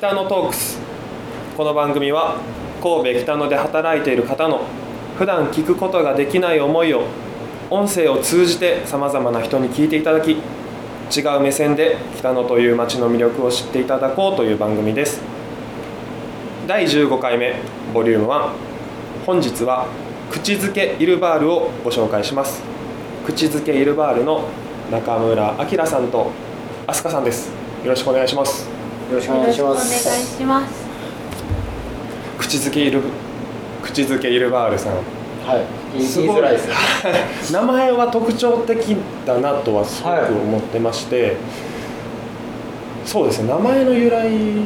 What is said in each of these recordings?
北野トークス。この番組は神戸北野で働いている方の普段聞くことができない思いを音声を通じてさまざまな人に聞いていただき、違う目線で北野という街の魅力を知っていただこうという番組です。第15回目ボリューム1。本日は口づけイルバールをご紹介します。口づけイルバールの中村明さんと飛鳥さんです。よろしくお願いします。 よろしくお願いします。 お願いします。 口づけイルバールさん、 はい、言いづらいです名前は特徴的だなとはすごく思ってまして、そうですね、名前の由来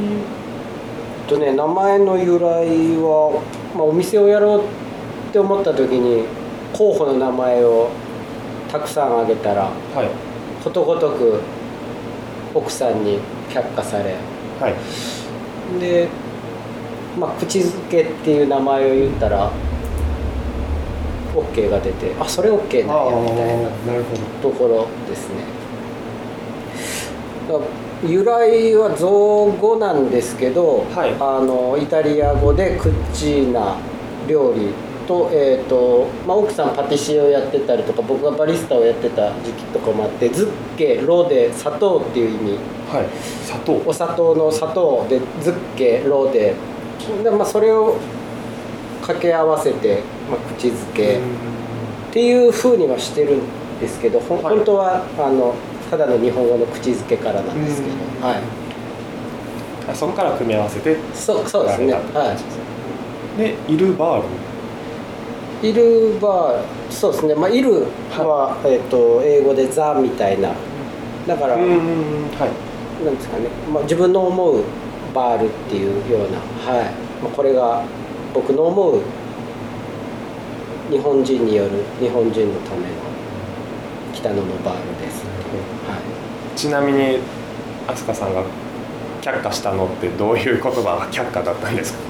名前の由来は、お店をやろうって思った時に候補の名前をたくさん挙げたら、ことごとく奥さんに却下され、で、口づけっていう名前を言ったら OK が出て、それ OK なんやみたいなところですね。由来は造語なんですけど、イタリア語でクッチーナ料理と、奥さんパティシエをやってたりとか、僕がバリスタをやってた時期とかもあって、ズッケロで砂糖っていう意味、 砂糖、 お砂糖の砂糖でズッケロで、それを掛け合わせて、口づけっていう風にはしてるんですけど、本当はただの日本語の口づけからなんですけど、 そこから組み合わせてそうですね。 でイルバール、そうですね、イルは、英語でザみたいな、だから、なんですかね、自分の思うバールっていうような、これが僕の思う日本人による日本人のための北野のバールです。 ちなみに飛鳥さんが却下したのってどういう言葉が却下だったんですか？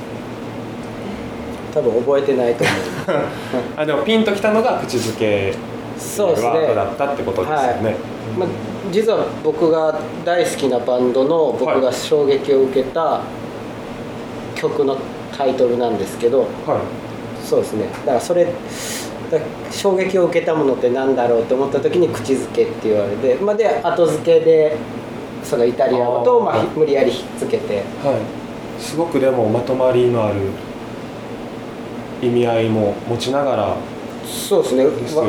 多分覚えてないと思う。 でもピンときたのが口づけワードだったってことですよね。 実は僕が大好きなバンドの僕が衝撃を受けた曲のタイトルなんですけど、そうですね、だから衝撃を受けたものって何だろうと思った時に口づけって言われて、で後付けでそのイタリア語と無理やりひっつけて、 すごくでもまとまりのある意味合いも持ちながら、 そうですね、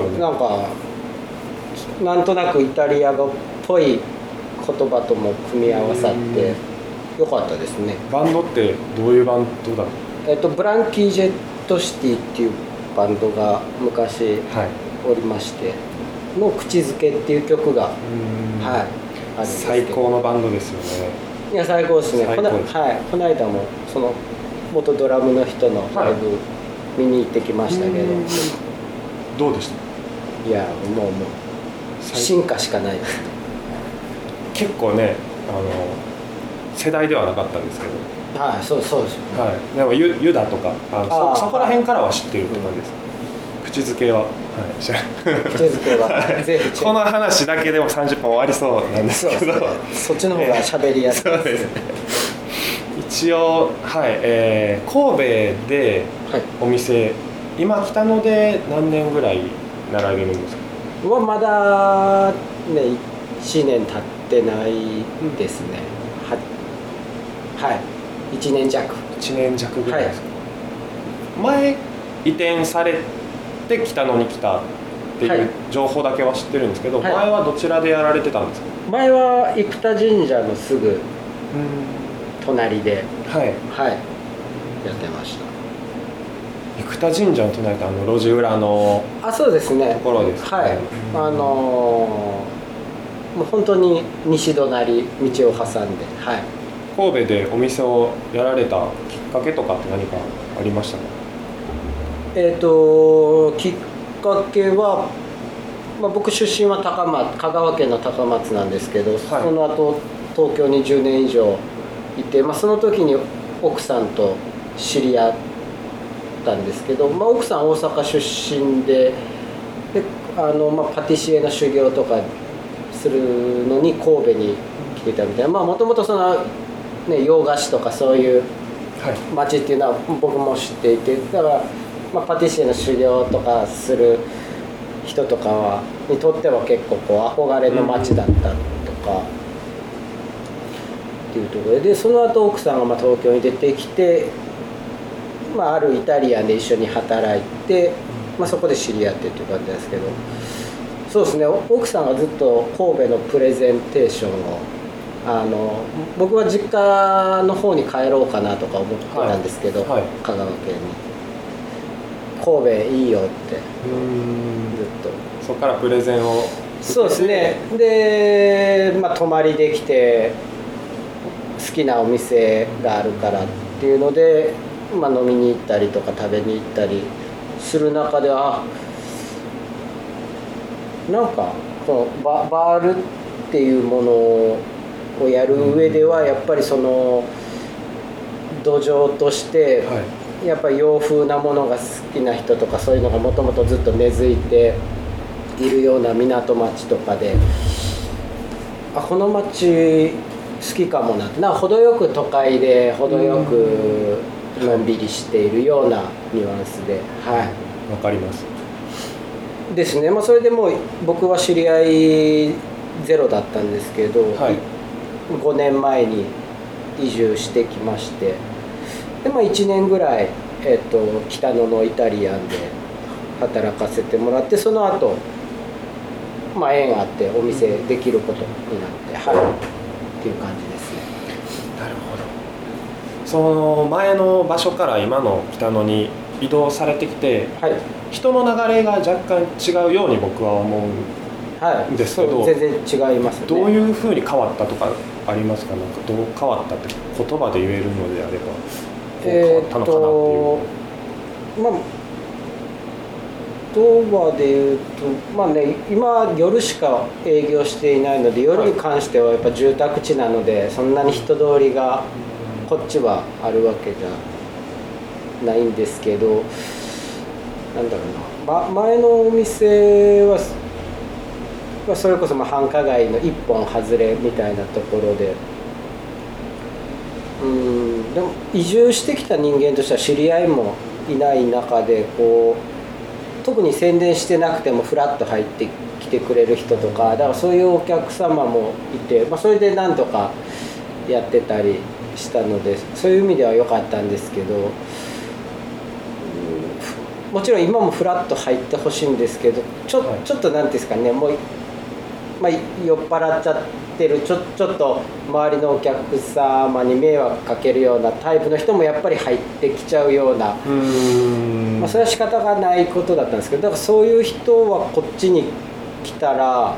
なんとなくイタリア語っぽい言葉とも組み合わさってよかったですね。 バンドってどういうバンドだろう？ ブランキー・ジェット・シティっていうバンドが昔おりましての口づけっていう曲があるんですけど、 最高のバンドですよね。 いや最高ですね。この間もその元ドラムの人のライブ見に行ってきましたけど、 どうでした？ いやもう進化しかないです。 結構ね、世代ではなかったんですけど、 そうですよね。 でもユダとかそこら辺からは知ってるって感じです。口づけは、 口づけはぜひこの話だけでも30分終わりそうなんですけど、 そっちの方が喋りやすいです。 そうですね。一応神戸でお店、今北野で何年ぐらいなられるんですか？ まだね1年経ってないですね。1年弱ぐらいですか？前移転されて北野に来たっていう情報だけは知ってるんですけど、前はどちらでやられてたんですか？ 前は生田神社のすぐ隣でやってました。 生田神社の隣って路地裏のそうですね、 ところですね。 もう本当に西隣道を挟んで、 神戸でお店をやられたきっかけとかって何かありましたか？ きっかけは、僕出身は香川県の高松なんですけど、その後東京に10年以上いて、その時に奥さんと知り合ったんですけど、奥さん大阪出身で、パティシエの修行とかするのに神戸に来てたみたいな、もともとそのね、洋菓子とかそういう街っていうのは僕も知っていて、だから、パティシエの修行とかする人とかにとっては結構憧れの街だったとかっていうところで、その後奥さんが東京に出てきて、あるイタリアンで一緒に働いて、そこで知り合ってっていう感じですけど、そうですね、奥さんがずっと神戸のプレゼンテーションを僕は実家の方に帰ろうかなとか思ってたんですけど、香川県に神戸いいよってずっとそこからプレゼンをそうですね、で、泊まりできて好きなお店があるからっていうので、飲みに行ったりとか食べに行ったりする中では、なんかこのバールっていうものをやる上ではやっぱりその土壌としてやっぱり洋風なものが好きな人とか、そういうのがもともとずっと根付いているような港町とかで、この町好きかもなって、程よく都会で程よくのんびりしているようなニュアンスで、 わかりますですね。それでもう僕は知り合いゼロだったんですけど、5年前に移住してきまして、で1年ぐらい、北野のイタリアンで働かせてもらって、その後、縁があってお店できることになって、っていう感じですね。 なるほど。その前の場所から今の北野に移動されてきて、人の流れが若干違うように僕は思うんですけど、 全然違いますね。 どういうふうに変わったとかありますか？なんかどう変わったって言葉で言えるのであればどう変わったのかなっていう。 言葉で言うと、今夜しか営業していないので、夜に関してはやっぱ住宅地なので、そんなに人通りがこっちはあるわけじゃないんですけど、なんだろうな、前のお店はそれこそ繁華街の一本外れみたいなところで、でも移住してきた人間としては知り合いもいない中で、特に宣伝してなくてもフラッと入ってきてくれる人とか、だからそういうお客様もいて、それでなんとかやってたりしたので、そういう意味では良かったんですけど、もちろん今もフラッと入ってほしいんですけど、ちょっとなんですかね、もう酔っ払っちゃってる、ちょっと周りのお客様に迷惑かけるようなタイプの人もやっぱり入ってきちゃうような、それは仕方がないことだったんですけど、だからそういう人はこっちに来たら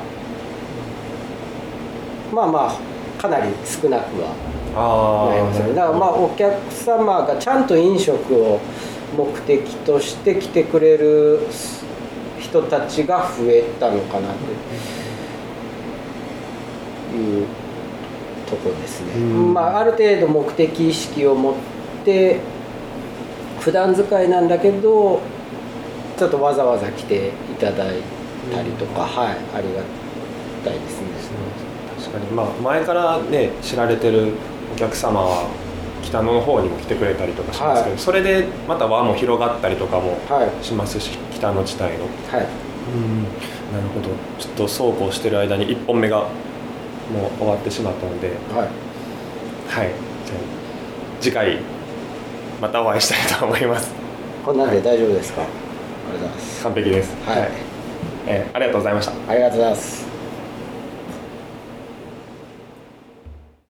かなり少なくはなりますよね。だからお客様がちゃんと飲食を目的として来てくれる人たちが増えたのかなっていうところですね。ある程度目的意識を持って普段使いなんだけどちょっとわざわざ来ていただいたりとか、ありがたいですね。 確かに、前からね知られてるお客様は北野の方にも来てくれたりとかしますけど、それでまた輪も広がったりとかもしますし、北野地帯の、なるほど。ちょっとそうこうしてる間に1本目がもう終わってしまったので、じゃあ次回またお会いしたいと思います。 こんなんで大丈夫ですか？ありがとうございます。 完璧です。ありがとうございました。 ありがとうございます。